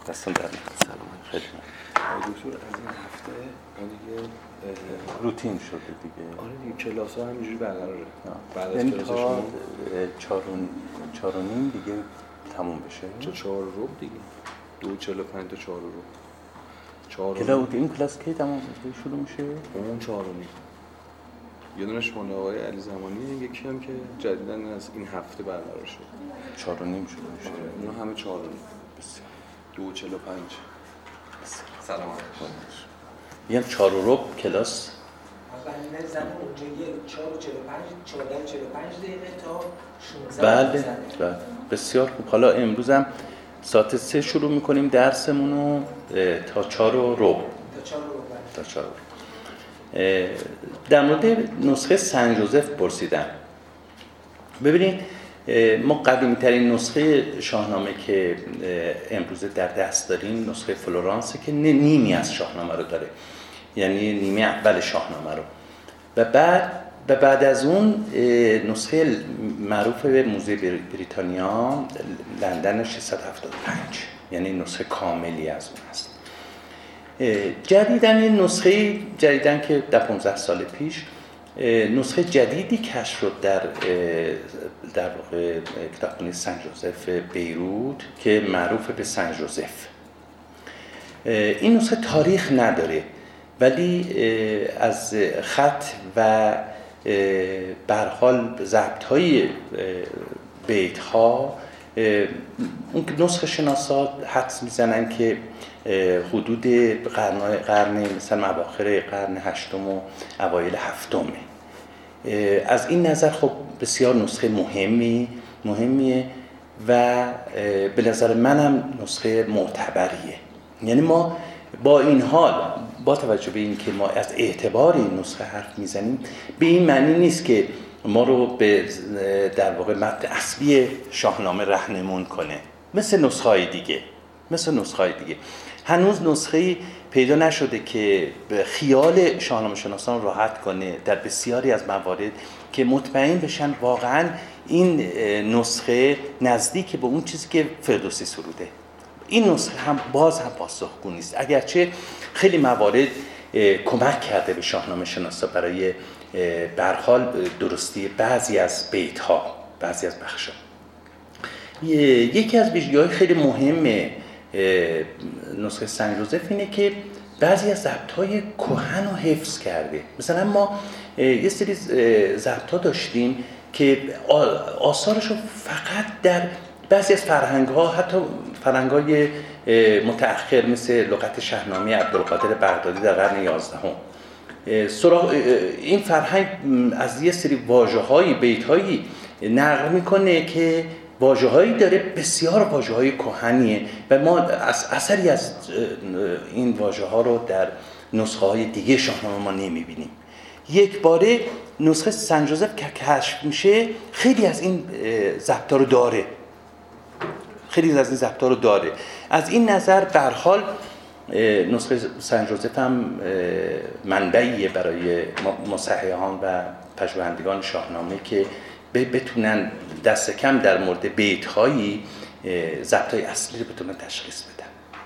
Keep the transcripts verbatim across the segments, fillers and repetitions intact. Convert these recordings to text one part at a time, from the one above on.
دستان در سلام خیلی دکتر. از این هفته ما دیگه روتین شده دیگه. آره دیگه کلاس ها همینجوری برقراره. بعد از یعنی کلاس تا شما چهار و چهار و نیم دیگه تموم بشه. تا چهار و ربع دیگه. دو چهل و پنج تا چهار و ربع. چهار و کلاس این کلاس کی تموم شروع میشه؟ اون چهار و نیم. یه دونش مال آقای علی زمانی، یکی هم که جدیداً از این هفته برقرار شد. چهار و نیم شروع میشه. اونا همه چهار و نیم. بسیار. دو چهل و پنج. سلام علیکم. یعنی چهار و ربع کلاس. اولین زمان اونجا یه چهار و چهل و پنج، چهارده و چهل و پنج دقیقه تا بله شانزده. بله بسیار خوب. حالا امروز هم ساعت سه شروع میکنیم درسمون رو تا چهار و ربع. تا چهار و ربع. تا چهار و ربع. در مورد نسخه سن ژوزف پرسیدم. ببینید ما قدیمی ترین نسخه شاهنامه که امروز در دست داریم نسخه فلورانسه که نیمی از شاهنامه رو داره، یعنی نیمه اول شاهنامه رو، و بعد و بعد از اون نسخه معروف به موزه بریتانیا لندن ششصد و هفتاد و پنج، یعنی نسخه کاملی از اون هست. جدیدن این نسخه جدیدن که در پانزده سال پیش نسخه جدیدی کشف شد در در واقع کتابخانه سن ژوزف بیروت که معروف به سن ژوزف. این نسخه تاریخ نداره ولی از خط و به هر حال ضبط‌های بیت‌ها اون نسخه شناسا حدس میزنن که حدود قرن قرن مثلا اواخر قرن هشتم و اوایل هفتمه. از این نظر خب بسیار نسخه مهمی مهمیه و به نظر منم نسخه معتبریه. یعنی ما با این حال با توجه به این که ما از اعتبار این نسخه حرف میزنیم به این معنی نیست که ما رو به در واقع متن اصلی شاهنامه راهنمون کنه. مثل نسخه‌های دیگه مثل نسخه‌های دیگه هنوز نسخه‌ای پیدا نشده که خیال شاهنامه شناسان راحت کنه در بسیاری از موارد که مطمئن بشن واقعاً این نسخه نزدیک به اون چیزی که فردوسی سروده. این نسخه هم باز هم پاسخگو نیست، اگرچه خیلی موارد کمک کرده به شاهنامه شناسا برای به هر حال درستی بعضی از بیت‌ها، بعضی از بخش‌ها. یکی از ویژگی‌های خیلی مهم نسخه سن ژوزف اینه که بعضی از ضبط‌های کهن رو حفظ کرده. مثلا ما یه سری ضبط‌ها داشتیم که آثارش رو فقط در بعضی از فرهنگ‌ها، حتی فرهنگ‌های متأخر مثل لغت شاهنامه عبدالقادر بغدادی در قرن یازدهم، سراغ این فرهنگ از یه سری واژه‌های بیت‌هایی نقل می‌کنه که واژه‌هایی داره بسیار واژه‌های کهنیه و ما از اثری از این واژه‌ها رو در نسخه‌های دیگه شاهنامه ما نمی‌بینیم. یک باره نسخه سن ژوزف که کشف میشه خیلی از این ضبط‌ها رو داره. خیلی از این ضبط‌ها رو داره. از این نظر به هر حال نسخه سن ژوزف هم منبعیه برای مصححان و پژوهندگان شاهنامه که بتونن دست کم در مورد بیت‌هایی ضبط‌های اصلی رو بتونن تشخیص بدن.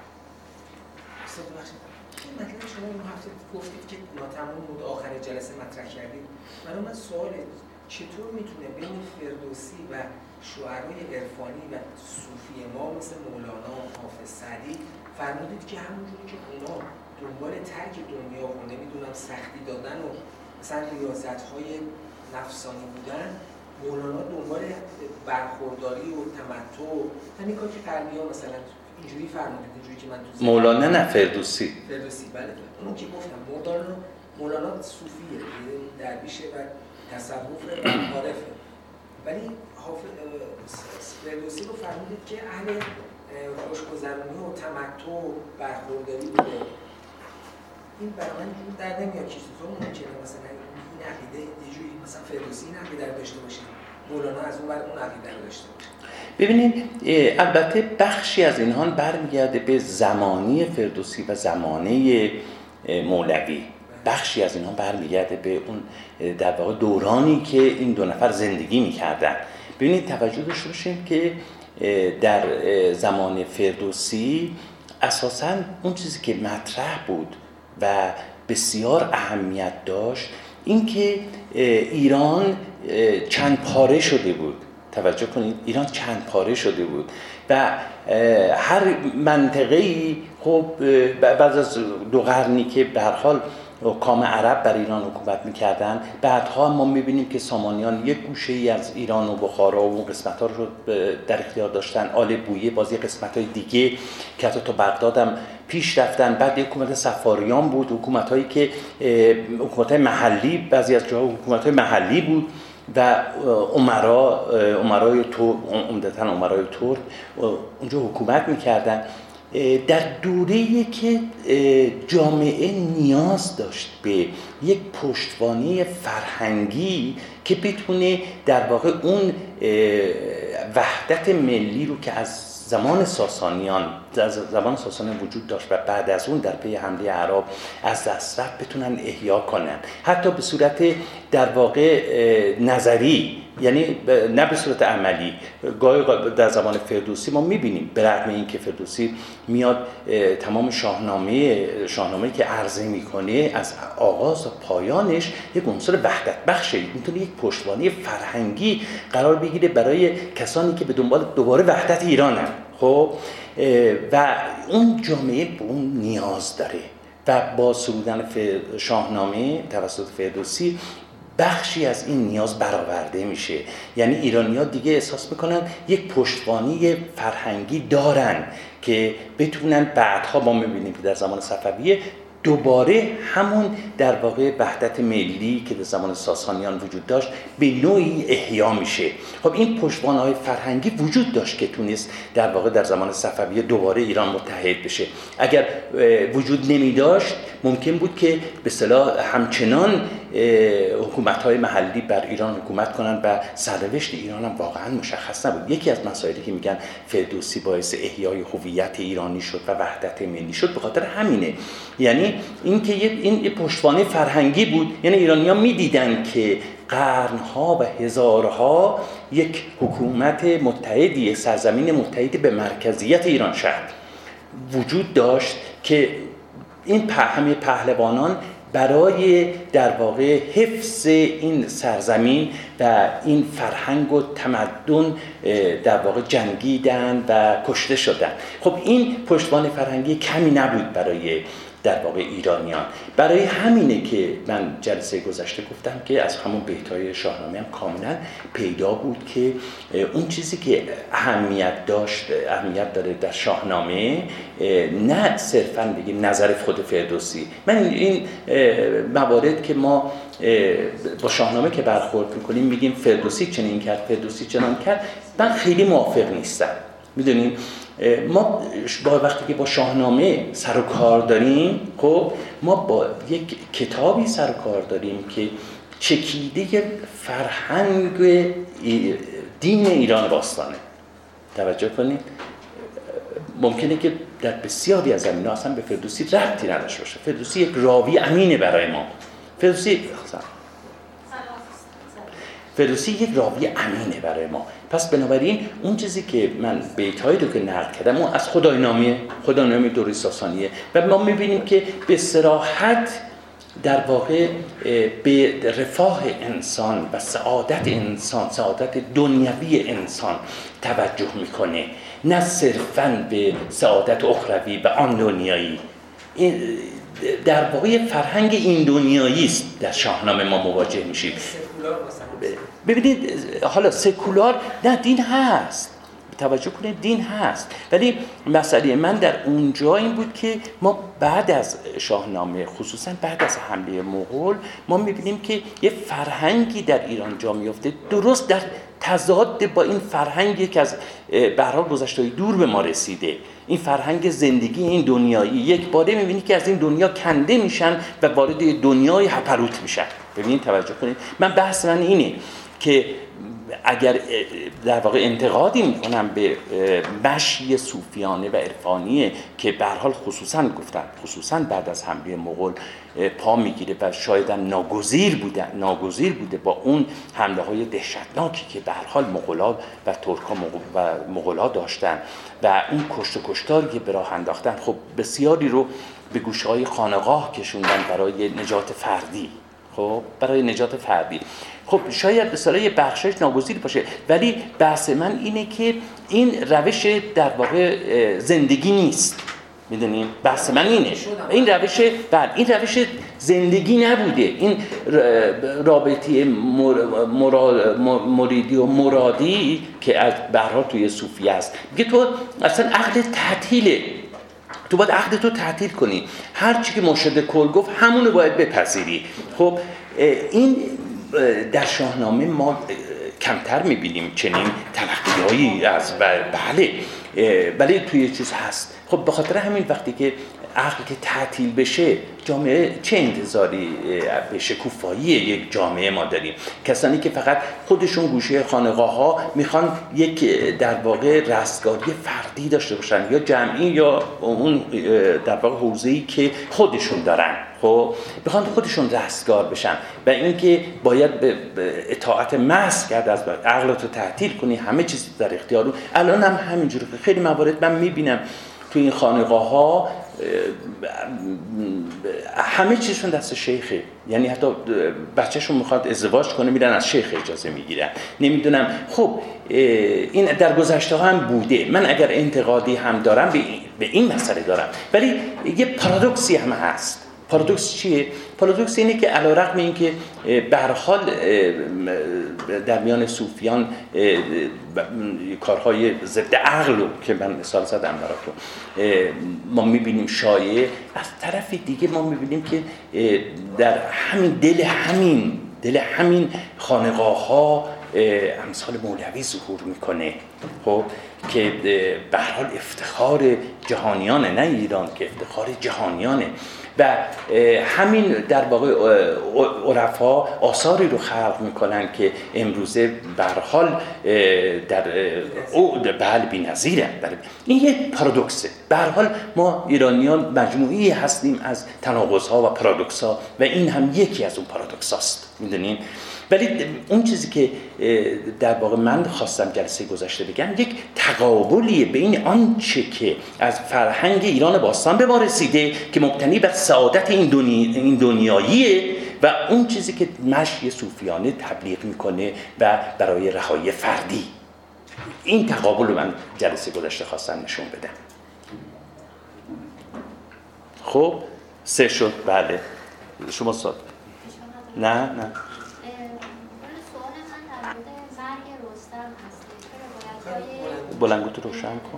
مثلا شما اون هفته گفتید که ناتمام بود آخر جلسه مطرح کردید. برای من سواله چطور میتونه بین فردوسی و شعرای عرفانی و صوفی ما مثل مولانا، حافظ سعدی فرمودید که همونجوری که اونا دنبال ترک دنیا و نمیدونم سختی دادن و مثلا ریاضت‌های نفسانی بودن، مولانا دنبال برخورداری و تمتع و همین کار که قلبی‌ها مثلا اینجوری فرمودید، اینجوری که من تو مولانا نه فردوسی فردوسی بله اون که گفتم مولانا مولانا صوفیه، درویشه و تصوف و عارفه، ولی فردوسی رو فرمودید که اهل خوشگذرانی و تمتع و برخورداری بوده. این برای من در نمیاد که چطور ممکنه مثلا این عقیده یه جوری مثلا فردوسی این عقیده رو داشته باشه، مولانا از اون بر اون عقیده رو داشته باشه. ببینید البته بخشی از اینها برمیگرده به زمانی فردوسی و زمانه مولوی، بخشی از اینها برمیگرده به اون در واقع دورانی که این دو نفر زندگی می‌کردن. ببینید توجه داشته باشیم که در زمان فردوسی اساساً اون چیزی که مطرح بود و بسیار اهمیت داشت این که ایران چند پاره شده بود. توجه کنید، ایران چند پاره شده بود و هر منطقه‌ای خب بعد از دو قرنی که به هر حال حکام عرب بر ایران حکومت می‌کردن، بعدها ما می‌بینیم که سامانیان یک گوشه‌ای از ایران و بخارا و اون قسمت‌ها رو در اختیار داشتن، آل بویه، بازی قسمت‌های دیگه که حتی تا بغداد هم پیش رفتن. بعد حکومت صفاریان بود، حکومت‌هایی که حکومت‌های محلی، بعضی از جاها حکومت‌های محلی بود و امرا امرای تو عمدتاً امرای ترک اونجا حکومت می‌کردن. در دوره‌ای که جامعه نیاز داشت به یک پشتوانه فرهنگی که بتونه در واقع اون وحدت ملی رو که از زمان ساسانیان از زمان ساسانیان وجود داشت و بعد از اون در پی حمله عرب از دست رفت بتونن احیا کنن، حتی به صورت در واقع نظری، یعنی نه به صورت عملی. گاهی در زمان فردوسی ما می‌بینیم به رغم اینکه فردوسی میاد تمام شاهنامه شاهنامه‌ای که عرضه می‌کنه از آغاز تا پایانش یک عنصر وحدت بخشه، میتونه یک پشتوانه فرهنگی قرار بگیره برای کسانی که به دنبال دوباره وحدت ایرانن. خب و اون جامعه به اون نیاز داره و با سرودن شاهنامه توسط فردوسی بخشی از این نیاز برآورده میشه. یعنی ایرانی‌ها دیگه احساس میکنن یک پشتوانه فرهنگی دارن که بتونن بعدها ما میبینیم که در زمان صفویه دوباره همون در واقع وحدت ملی که در زمان ساسانیان وجود داشت به نوعی احیا میشه. خب این پشتوانه‌های فرهنگی وجود داشت که تونست در واقع در زمان صفویه دوباره ایران متحد بشه. اگر وجود نمی داشت ممکن بود که به اصطلاح همچنان حکومت‌های محلی بر ایران حکومت کنن و سرنوشت ایران هم واقعا مشخص نبود. یکی از مسائلی که میگن فردوسی باعث احیای هویت ایرانی شد و وحدت ملی شد به خاطر همینه. یعنی این که این پشتوانه فرهنگی بود. یعنی ایرانی‌ها می‌دیدن که قرن‌ها و هزارها یک حکومت متحدی، یک سرزمین متحدی به مرکزیت ایران شهر وجود داشت که این همه پهلوانان برای در واقع حفظ این سرزمین و این فرهنگ و تمدن در واقع جنگیدن و کشته شدن. خب این پشتوانه فرهنگی کمی نبود برای در واقع ایرانیان. برای همینه که من جلسه گذشته گفتم که از همون بیت‌های شاهنامه هم کاملا پیدا بود که اون چیزی که اهمیت داشت، اهمیت داره در شاهنامه، نه صرفاً بگیم نظر خود فردوسی. من این موارد که ما با شاهنامه که برخورد می‌کنیم میگیم فردوسی چنین کرد، فردوسی چنان کرد، من خیلی موافق نیستم. میدونیم ما با وقتی که با شاهنامه سر و کار داریم، خب ما با یک کتابی سر و کار داریم که چکیده فرهنگ دین ایران باستانه. توجه کنید، ممکنه که در بسیاری از زمینه‌ها اصلا به فردوسی ربطی نداشته باشه. فردوسی یک راوی امینه برای ما. فردوسی فردوسی یک راوی امینه برای ما. پس بنابراین اون چیزی که من بیت‌هایی رو که نقل کردم اون از خداینامه خداینامه دوره ساسانیه و ما می‌بینیم که به صراحت در واقع به رفاه انسان و سعادت انسان، سعادت دنیوی انسان توجه میکنه، نه صرفاً به سعادت اخروی و آن دنیایی. در واقع فرهنگ این دنیایی است در شاهنامه ما مواجه میشیم. ببینید حالا سکولار، نه دین هست، توجه کنید دین هست، ولی مسئله من در اونجا این بود که ما بعد از شاهنامه، خصوصا بعد از حمله مغول، ما میبینیم که یه فرهنگی در ایران جا میفته درست در تضاد با این فرهنگی که از به هر حال گذشته‌های دور به ما رسیده. این فرهنگ زندگی این دنیایی یک باره میبینی که از این دنیا کنده میشن و وارد دنیای هپروت میشن. ببینید توجه کنید، من بحث من اینه که اگر در واقع انتقادی میکنم به مشی صوفیانه و عرفانی که به هر حال خصوصا گفتم خصوصا بعد از حمله مغول پا میگیره و شاید هم ناگزیر بوده ناگزیر بوده با اون حمله های دهشتناکی که به هر حال مغول‌ها و ترک‌ها و مغول‌ها داشتن و اون کشت و کشتاری که به راه انداختن، خب بسیاری رو به گوشه‌های خانقاه کشوندن برای نجات فردی. خب برای نجات فردی خب شاید به صلاح بخشش ناگزیر باشه، ولی بحث من اینه که این روش در واقع زندگی نیست. میدونیم بحث من اینه، این روش بعد این روش زندگی نبوده. این رابطه مریدی و مرادی که از برها توی صوفی است، میگه تو اصلا عقد تعطیله، تو باید عقد تو تعطیل کنی، هر چی که مرشد کل گفت همونو باید بپذیری. خب این در شاهنامه ما کمتر میبینیم چنین تلقی‌هایی از بله، ولی توی چیز هست. خب به خاطر همین وقتی که عقل که تعطیل بشه، جامعه چه انتظاری به شکوفایی یک جامعه ما داریم؟ کسانی که فقط خودشون گوشه خانقاه ها میخوان یک در واقع رستگاری فردی داشته باشن یا جمعی یا اون در واقع حوزه‌ای که خودشون دارن، خب میخوان خودشون رستگار بشن و اینکه باید به اطاعت محض کرد، از عقلتو تعطیل کنی، همه چیز در اختیار. الان هم همینجوره که خیلی موارد من میبینم تو این خانقاه ها همه چیزشون دست شیخه، یعنی حتی بچهشون میخواد ازدواج کنه میرن از شیخ اجازه میگیرن. نمیدونم خب این در گذشته ها هم بوده. من اگر انتقادی هم دارم به این, به این مسئله دارم، ولی یه پارادوکسی هم هست. پارادوکس چیه؟ پارادوکس اینه که علیرغم اینکه به هر حال در میان صوفیان کارهای ضد عقل رو که من مثال زدم براتون ما میبینیم شایع، از طرف دیگه ما میبینیم که در همین دل همین دل همین خانقاه ها امثال مولوی ظهور میکنه، خب که به هر حال افتخار جهانیانه، نه ایران که افتخار جهانیانه و همین در واقع عرفا آثاری رو خلق میکنن که امروزه به هر حال در عود بل بی‌نظیره. این یک پارادوکسه. به هر حال ما ایرانیان مجموعی هستیم از تناقض‌ها و پارادوکس‌ها و این هم یکی از اون پارادوکس‌هاست، میدونین. ولی اون چیزی که در واقع من خواستم جلسه گذشته بگم یک تقابلیه بین آنچه که از فرهنگ ایران باستان به ما رسیده که مبتنی بر سعادت این, دنیا، این دنیاییه و اون چیزی که مشی صوفیانه تبلیغ میکنه و برای رهایی فردی. این تقابل رو من جلسه گذشته خواستم نشون بدم. خب سه شد. بله شما سوال؟ نه نه بلنگوت روشن کن.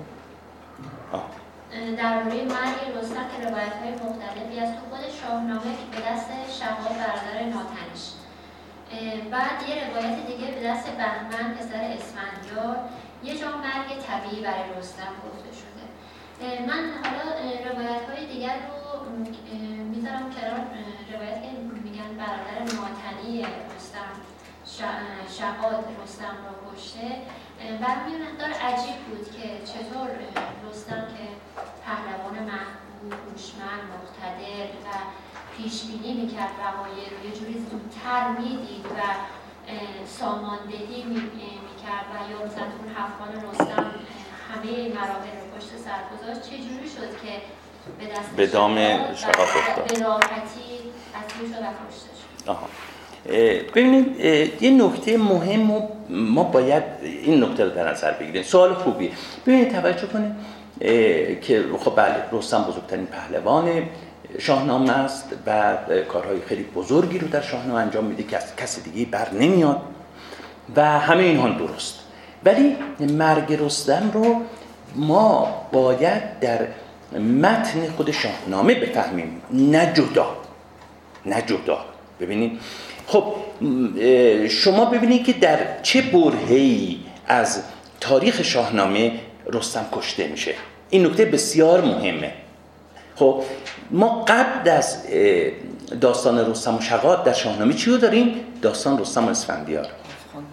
درباره مرگ رستم که روایت‌های مختلفی از تو خود شاهنامه که به دست شهاب برادر ناتنیش، بعد یه روایت دیگه به دست بهمن پسر اسفندیار، یه جا مرگ طبیعی برای رستم گفته شده. من حالا روایت‌های دیگر رو میذارم کنار، روایت که میگن برادر ناتنی رستم شهاب رستم رو کشته. برای یه مقدار عجیب بود که چطور رستم که پهلوان محبوب، هوشمند، مقتدر و پیش بینی میکرد وقایع رو، یه جوری زودتر میدید و ساماندهی میکرد و یا مثلا اون هفتان رستم همه مراحل رو پشت سر گذاشت، چجوری شد که به دست به دام شهاب افتاد، به راحتی اسیر شد و کشته شد؟ آها. ببینید یه نکته مهم و ما باید این نکته رو در نظر بگیریم. سوال خوبی. ببینید توجه کنید که خب بله رستم بزرگترین پهلوان شاهنامه است و کارهای خیلی بزرگی رو در شاهنامه انجام میده که از کسی دیگه بر نمیاد و همه اینها درست، ولی مرگ رستم رو ما باید در متن خود شاهنامه بفهمیم، نه جدا نه جدا. ببینید خب شما ببینید که در چه برهه‌ای از تاریخ شاهنامه رستم کشته میشه. این نکته بسیار مهمه. خب ما قبل از داستان رستم و شغاد در شاهنامه چی رو داریم؟ داستان رستم و اسفندیار.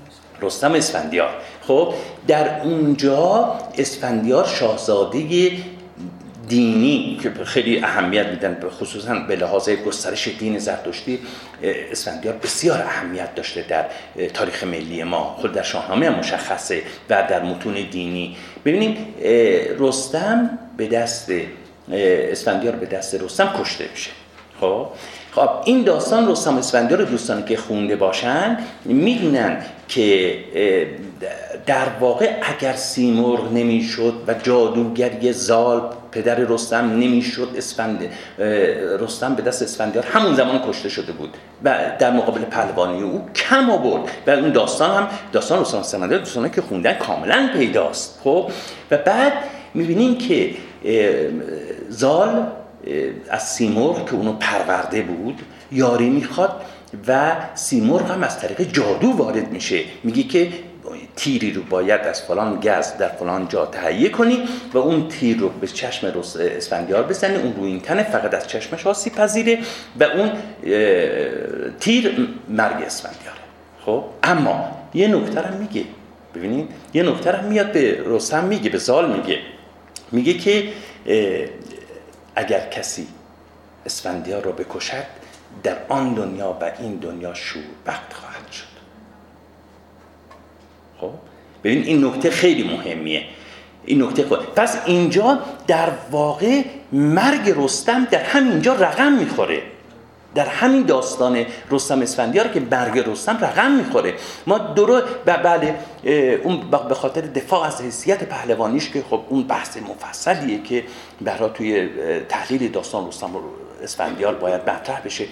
رستم اسفندیار. خب در اونجا اسفندیار شاهزاده دینی که خیلی اهمیت میدن، خصوصا به لحاظ گسترش دین زرتشتی اسفندیار بسیار اهمیت داشته در تاریخ ملی ما، خود در شاهنامه هم مشخصه و در متون دینی. ببینیم رستم به دست اسفندیار به دست رستم کشته میشه. خب خب این داستان رستم اسفندیار رو دوستانی که خونده باشن میدونن که در واقع اگر سیمرغ نمیشد و جادوگری زال پدر رستم نمیشد، اسفند رستم به دست اسفندیار همون زمان کشته شده بود و در مقابل پهلوانی او کم آورد و اون داستان هم داستان رستم اسفندیار دوستانی که خوندن کاملا پیداست. خب و بعد میبینیم که زال از سیمرغ که اونو پرورده بود یاری میخواد و سیمرغ هم از طریق جادو وارد میشه، میگه که تیری رو باید از فلان گز در فلان جا تهیه کنی و اون تیر رو به چشم اسفندیار بزنی، اون رو این تنه فقط از چشمش آسیب پذیره و اون تیر مرگ اسفندیاره. خب اما یه نکته هم میگه، ببینید یه نکته هم میاد به رستم میگه، به زال میگه میگه که اگر کسی اسفندیار رو بکشد در آن دنیا و این دنیا شوربخت خواهد شد. خب ببین این نکته خیلی مهمیه، این نکته خود. پس اینجا در واقع مرگ رستم در همینجا رقم میخوره، در همین داستان رستم اسفندیار که مرگ رستم رقم میخوره. ما درو بله اون به خاطر دفاع از حیثیت پهلوانیش که خب اون بحث مفصلیه که برای توی تحلیل داستان رستم اسفندیار باید مطرح بشه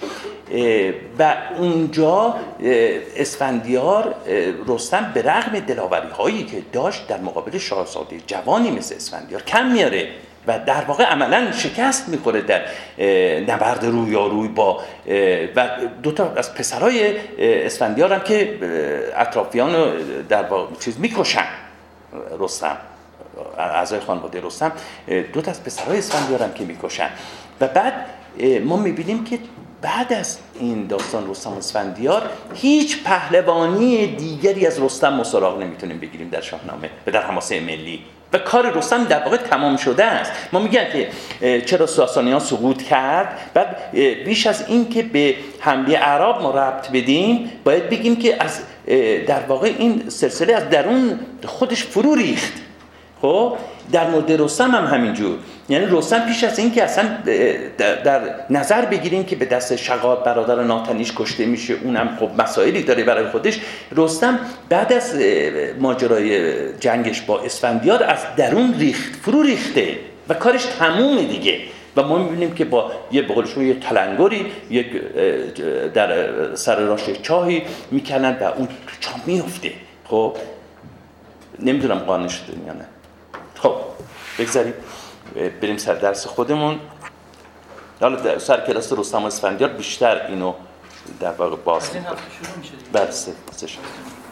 و اونجا اسفندیار رستم به رغم دلاوری هایی که داشت در مقابل شاهزاده جوانی مثل اسفندیار کم میاره و در واقع عملا شکست میخوره در نبرد رویاروی با و دو تا از پسرای اسفندیار هم که اطرافیان رو در واقع چیز میکشن، رستم اعضای خانواده رستم دو تا از پسرای اسفندیار هم که میکشن و بعد ما میبینیم که بعد از این داستان رستم اسفندیار هیچ پهلوانی دیگری از رستم ما سراغ نمیتونیم بگیریم در شاهنامه و در حماسه ملی و کار رستم در واقع تمام شده است. ما میگن که چرا ساسانیان سقوط کرد، بعد بیش از این که به حمله اعراب ما ربط بدیم باید بگیم که از در واقع این سلسله از درون خودش فرو ریخت. خب در مورد رستم هم همینجور، یعنی رستم پیش از این که اصلا در نظر بگیریم که به دست شغال برادر ناتنیش کشته میشه، اونم خب مسائلی داره برای خودش، رستم بعد از ماجرای جنگش با اسفندیار از درون ریخت، فرو ریخته و کارش تمومه دیگه و ما میبینیم که با یه بقولشون یه تلنگری یک در سر راش چاهی میکنن و اون چاه میفته. خب نمیدونم قانع شده یا نه. خب بگذاریم بریم سر درس خودمون. حالا در سر کلاس رستم اسفندیار بیشتر اینو در واقع باز این هفته شروع میشه دیگه. بله سه سه شد.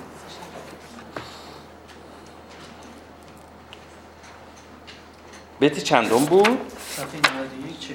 بیت چندم بود؟ صفحه نود و یک چهل.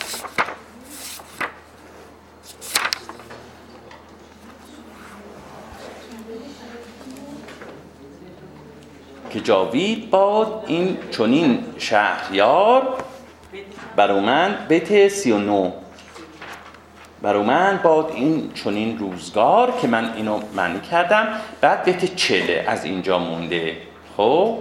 که جاوید باد این چنین شهریار برومند، بیت سی و نو، برومند باد این چنین روزگار که من اینو معنی کردم. بعد بیت چله از اینجا مونده. خب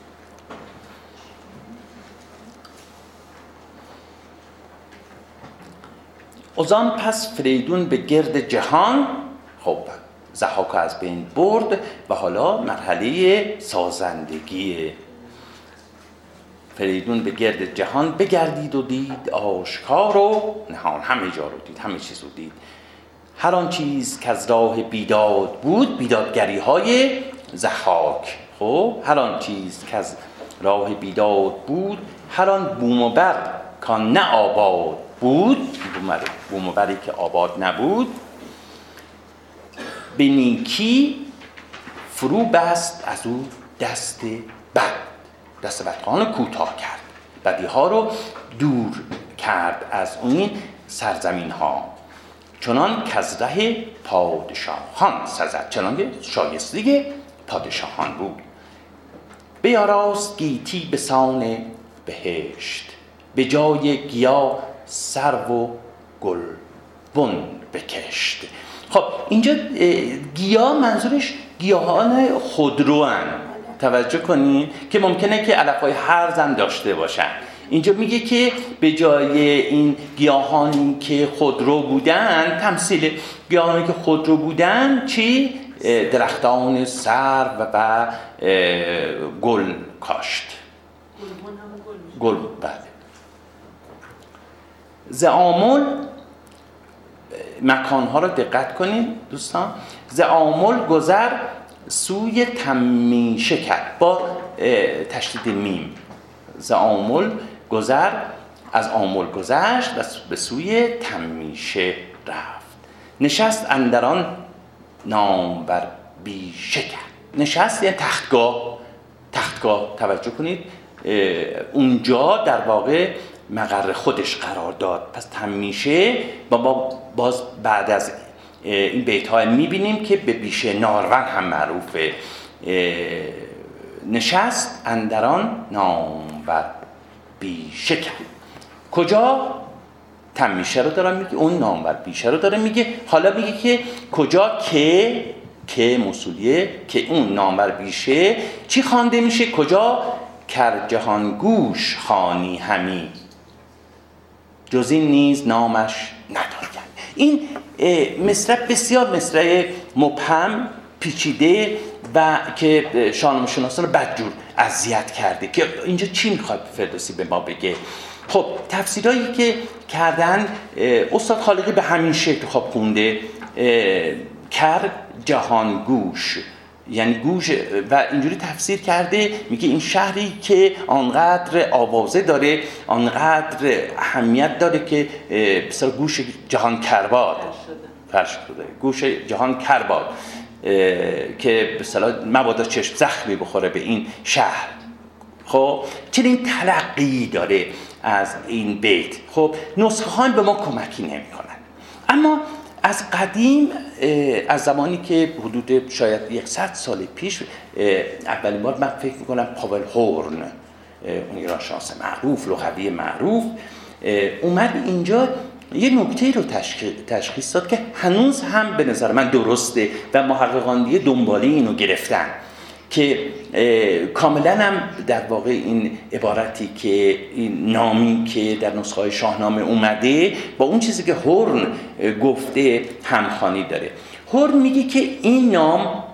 ازان پس فریدون به گرد جهان، خب ضحاک از بین برد و حالا مرحله سازندگی. فریدون به گرد جهان بگردید و دید آشکار و نهان، همه جا رو دید، همه چیز رو دید. هر آن چیز که از راه بیداد بود، بیدادگری های ضحاک. خب هر آن چیز که از راه بیداد بود، هر آن بوم و بر کان نه آباد بود، بوم و بری که آباد نبود، به نیکی فرو بست از او دست بد، دست بدخوان کوتاه کرد، بدی ها رو دور کرد از اون سرزمین ها. چنان که از ره پادشاهان سزد، چنان که شایسته پادشاهان بود. بیاراست گیتی به سان بهشت، به جای گیا سرو و گل بن بکشت. خب اینجا گیا منظورش گیاهان خودرو هن. توجه کنین که ممکنه که علفهای هرز هم داشته باشن. اینجا میگه که به جای این گیاهانی که خودرو بودن، تمثیل گیاهانی که خودرو بودن چی؟ درختان سرو و گل کاشت. گل بله. زعامل، مکانها رو دقت کنید دوستان. زعامل گذر سوی تمیشه کرد با تشدید میم. زعامل گذر از آمل گذشت و به سوی تمیشه رفت. نشست اندران نام بر بیشه کرد. نشست یعنی تختگاه. تختگاه توجه کنید اونجا در واقع مقر خودش قرار داد. پس تمیشه با باز بعد از این بیت‌ها می‌بینیم که به بیشه نارون هم معروفه. نشست اندران نام بر بیشه کرد. کجا؟ تمیشه رو داره میگه، اون نام بر بیشه رو داره میگه. حالا میگه که کجا که که موصولیه که اون نام بر بیشه چی خوانده میشه؟ کجا؟ کر جهان گوش خوانی همی، جز این نیز نامش ندارد. این مصرع بسیار مصرع مبهم، پیچیده و که شاهنامه شناسان رو بدجور اذیت کرده که اینجا چی میخواد فردوسی به ما بگه. خب تفسیرهایی که کردن استاد خالقی به همین شکل خواب خونده. کر جهان گوش یعنی گوش و اینجوری تفسیر کرده، میگه این شهری که آنقدر آوازه داره، آنقدر اهمیت داره که بسیار گوش جهان کرباد فرش شده، گوش جهان کرباد که بسیار مبادا چشم زخمی بخوره به این شهر. خب چنین تلقی داره از این بیت. خب نسخه ها به ما کمکی نمی کنن، اما از قدیم، از زمانی که حدود شاید صد سال پیش اولین بار من فکر میکنم پاول هورن، اون ایرانشناس معروف، لغوی معروف، اومد اینجا یه نکته رو تشخیص داد که هنوز هم به نظر من درسته و محققان دیگه دنباله اینو گرفتن که کاملا هم در واقع این عبارتی که این نامی که در نسخه های شاهنامه اومده با اون چیزی که هورن گفته همخوانی داره. هورن میگه که این نام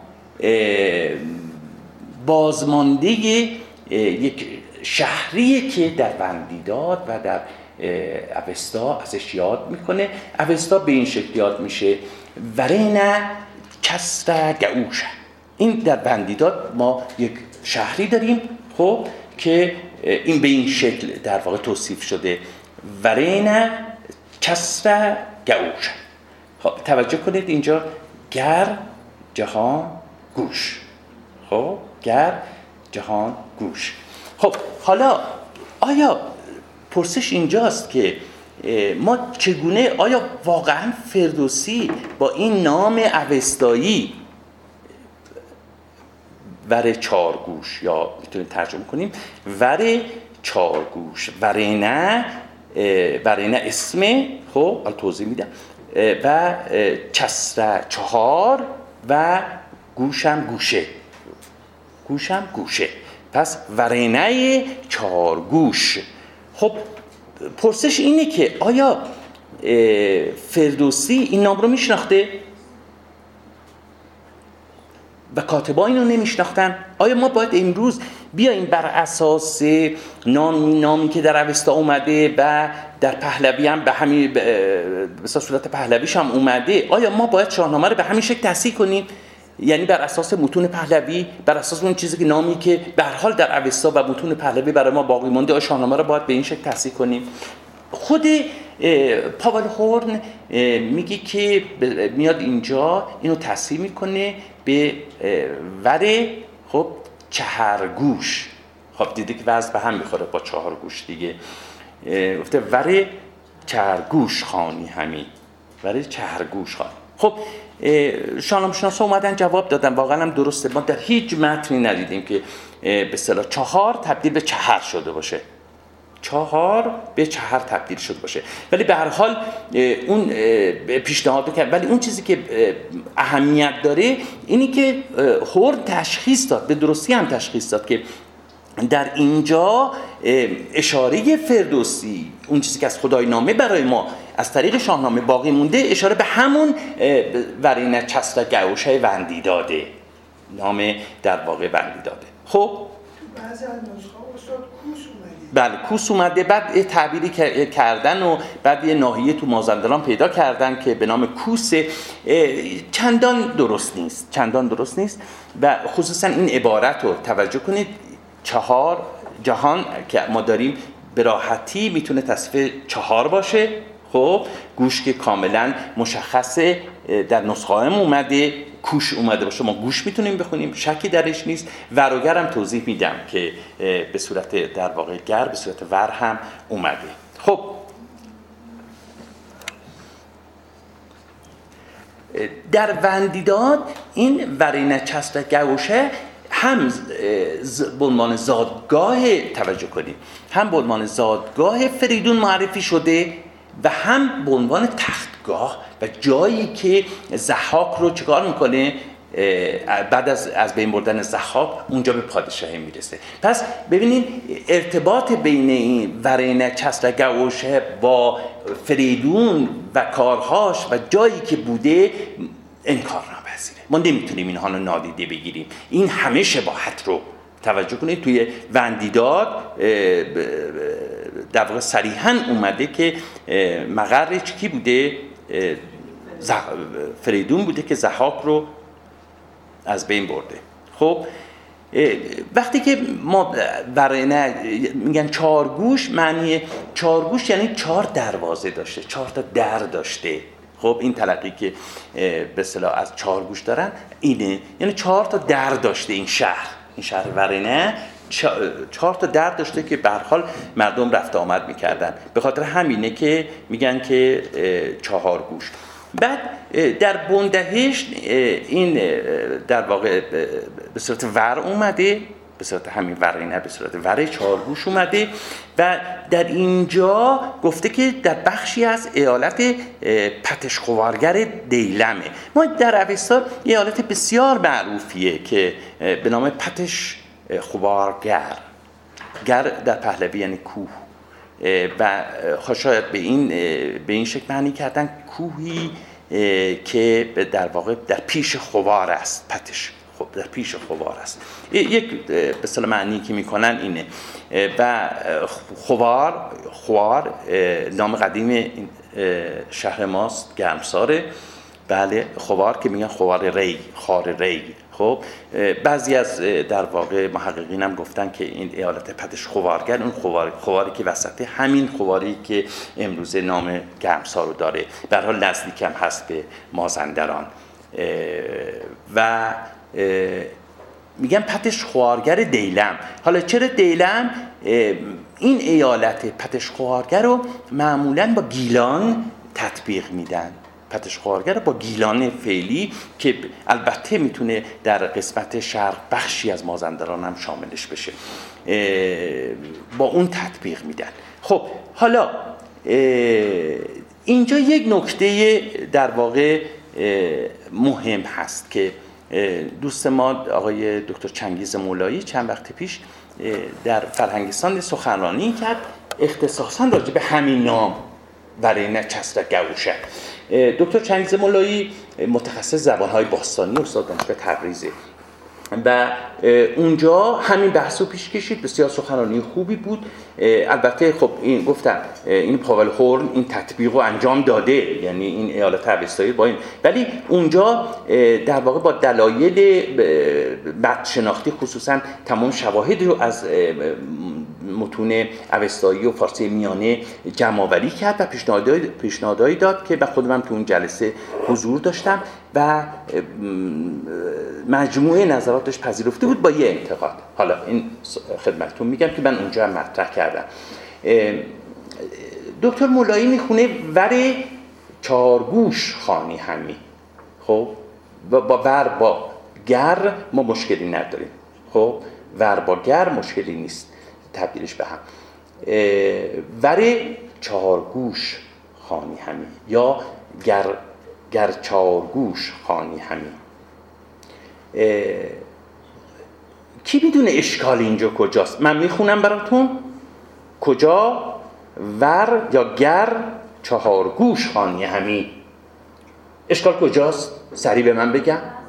بازمانده یک شهریه که در وندیداد و در اوستا ازش یاد میکنه. اوستا به این شکل یاد میشه ورینه کسر گعوشه. این در بندیداد ما یک شهری داریم خب که این به این شکل در واقع توصیف شده، ورینه کسر گعوش. خب توجه کنید اینجا گر جهان گوش. خب گر جهان گوش. خب حالا آیا پرسش اینجاست که ما چگونه، آیا واقعا فردوسی با این نام اوستایی ور چارگوش، یا میتونیم ترجمه کنیم ور چارگوش، ورینه ورینه اسمه، خب حالا توضیح میدم، و کسر چهار و گوشم گوشه، گوشم گوشه، پس ورینه چارگوش. خب پرسش اینه که آیا فردوسی این نام رو میشناخته و کاتبا اینو نمیشناختن؟ آیا ما باید امروز بیاییم بر اساس نامی نامی که در اوستا اومده و در پهلوی هم به همین به صورت پهلویش هم اومده، آیا ما باید شاهنامه رو به همین شکل تصحیح کنیم؟ یعنی بر اساس متون پهلوی، بر اساس اون چیزی که نامی که به هر حال در اوستا و متون پهلوی برای ما باقی مونده، آیا شاهنامه رو باید به این شکل تصحیح کنیم؟ خود پاول هورن میگه که میاد اینجا اینو تصحیح میکنه به ور خب چهارگوش. خب دیده که وضع به هم میخوره با چهارگوش دیگه، گفته ور چهارگوش خوانی همی، ور چهارگوش خوانی. خب شاهنامه‌شناسا اومدن جواب دادن، واقعا هم درسته، ما در هیچ متنی ندیدیم که به اصطلاح چهار تبدیل به چهر شده باشه، چهار به چهر تبدیل شده باشه، ولی به هر حال اون پیشنهاد کرد. ولی اون چیزی که اهمیت داره اینی که هورن تشخیص داد، به درستی هم تشخیص داد که در اینجا اشاره فردوسی، اون چیزی که از خدای نامه برای ما از طریق شاهنامه باقی مونده، اشاره به همون ورینه چسب گوشه وندیداده، نام در واقع وندیداده. خب بعضی از نسخه‌ها استاد کوس اومده. بله کوس اومده، بعد تعبیری کردن و بعد یه ناحیه تو مازندران پیدا کردن که به نام کوس، چندان درست نیست، چندان درست نیست و خصوصا این عبارت رو توجه کنید، چهار جهان که ما داریم به راحتی میتونه تصفیه چهار باشه. خب گوش که کاملا مشخصه در نسخه هم اومده کوش اومده باشه، ما گوش میتونیم بخونیم، شکی درش نیست. وروگر هم توضیح میدم که به صورت در واقع گر به صورت ور هم اومده. خب در وندیداد این ورینه چسب گوشه هم به عنوان زادگاه، توجه کنید، هم به عنوان زادگاه فریدون معرفی شده و هم به عنوان تختگاه و جایی که ضحاک رو چیکار میکنه بعد از از بین بردن ضحاک اونجا به پادشاهی میرسه. پس ببینید ارتباط بین این ورینه چسب گوشه با فریدون و کارهاش و جایی که بوده انکار ناپذیره، ما نمیتونیم اینها رو نادیده بگیریم. این همه شباهت رو توجه کنید توی وندیداد در واقع صریحاً اومده که مقرش کی بوده؟ فریدون بوده که ضحاک رو از بین برده. خب وقتی که ما ورینه میگن چارگوش، معنی چارگوش یعنی چهار دروازه داشته، چهار تا در داشته. خب این تلقی که به اصطلاح از چارگوش دارن اینه، یعنی چهار تا در داشته این شهر، این شهر ورینه چهار تا در داشته که به هر حال مردم رفت آمد میکردن. به خاطر همینه که میگن که چهار گوش. بعد در بندهشت این در واقع به صورت ور اومده، به صورت همین ورینه به صورت ور چهارگوش اومده و در اینجا گفته که در بخشی از ایالت پتشخوارگر دیلمه. ما در اوستا یه ایالت بسیار معروفیه که به نام پتش خوارگر، گر در پهلوی یعنی کوه و شاید به این به این شکل معنی کردن کوهی که در واقع در پیش خوار است. پتش خب در پیش خوار است، یک به اصطلاح معنی که میکنن اینه. و خوار خوار نام قدیم شهر ماست، گرمساره. بله خوار که میگن خوار ری، خار ری. خب بعضی از در واقع محققین هم گفتن که این ایالت پتش خوارگر اون خوار خواری که وسطه، همین خواری که امروز نام گرمسار رو داره، به هر حال نزدیک هم هست به مازندران. و میگن پتش خوارگر دیلم. حالا چرا دیلم؟ این ایالت پتش خوارگر رو معمولاً با گیلان تطبیق میدن، پتش خوارگر رو با گیلان فعلی که البته میتونه در قسمت شرق بخشی از مازندران هم شاملش بشه، با اون تطبیق میدن. خب حالا اینجا یک نکته در واقع مهم هست که دوست ما آقای دکتر چنگیز مولایی چند وقت پیش در فرهنگستان سخنرانی کرد اختصاصاً راجع به همین نام ورینه چسب گوشه. دکتر چنگیز مولایی متخصص زبان‌های باستانی، استاد دانشگاه تبریزه و اونجا همین بحثو پیش کشید. بسیار سخنرانی خوبی بود. البته خب این گفتم این پاول هورن این تطبیق رو انجام داده، یعنی این ایالت اوستایی با این، ولی اونجا در واقع با دلایل بدشناختی خصوصا تمام شواهد رو از متون اوستایی و فارسی میانه جمع آوری کرد و پیشنهادهای پیشنهادایی داد که من خودم تو اون جلسه حضور داشتم و مجموعه نظراتش پذیرفته بود با یه انتقاد. حالا این خدمتتون میگم که من اونجا هم مطرح کردم. دکتر مولایی میخونه ور چارگوش خانی همی، خب با, با ور با گر ما مشکلی نداریم، خب ور با گر مشکلی نیست تبدیلش به هم. وری چهارگوش خوانی همی یا گر گر چهارگوش خوانی همی. کی میدونه اشکال اینجا کجاست؟ من میخونم براتون کجا ور یا گر چهارگوش خوانی همی، اشکال کجاست؟ سریع به من بگم.